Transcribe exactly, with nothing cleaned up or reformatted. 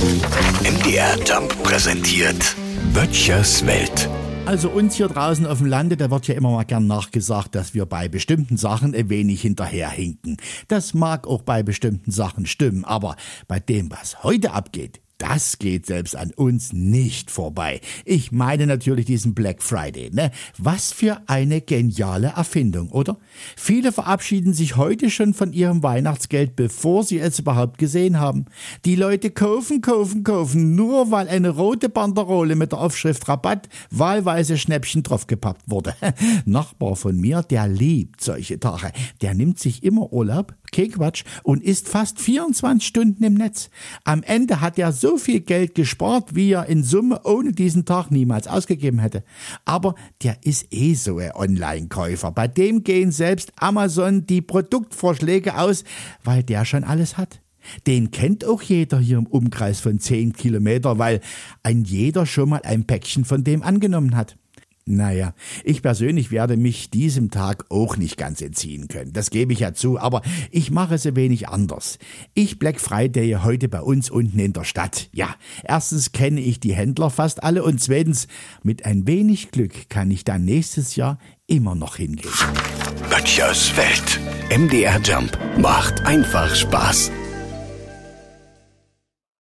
M D R Jump präsentiert Böttchers Welt. Also uns hier draußen auf dem Lande, da wird ja immer mal gern nachgesagt, dass wir bei bestimmten Sachen ein wenig hinterherhinken. Das mag auch bei bestimmten Sachen stimmen, aber bei dem, was heute abgeht, das geht selbst an uns nicht vorbei. Ich meine natürlich diesen Black Friday, ne? Was für eine geniale Erfindung, oder? Viele verabschieden sich heute schon von ihrem Weihnachtsgeld, bevor sie es überhaupt gesehen haben. Die Leute kaufen, kaufen, kaufen, nur weil eine rote Banderole mit der Aufschrift Rabatt wahlweise Schnäppchen draufgepappt wurde. Nachbar von mir, der liebt solche Tage. Der nimmt sich immer Urlaub, kein Quatsch, und ist fast vierundzwanzig Stunden im Netz. Am Ende hat er so viel Geld gespart, wie er in Summe ohne diesen Tag niemals ausgegeben hätte. Aber der ist eh so ein Online-Käufer. Bei dem gehen selbst Amazon die Produktvorschläge aus, weil der schon alles hat. Den kennt auch jeder hier im Umkreis von zehn Kilometer, weil ein jeder schon mal ein Päckchen von dem angenommen hat. Naja, ich persönlich werde mich diesem Tag auch nicht ganz entziehen können. Das gebe ich ja zu, aber ich mache es ein wenig anders. Ich Black Friday heute bei uns unten in der Stadt. Ja, erstens kenne ich die Händler fast alle und zweitens, mit ein wenig Glück kann ich dann nächstes Jahr immer noch hingehen. Böttchers Welt. M D R Jump macht einfach Spaß.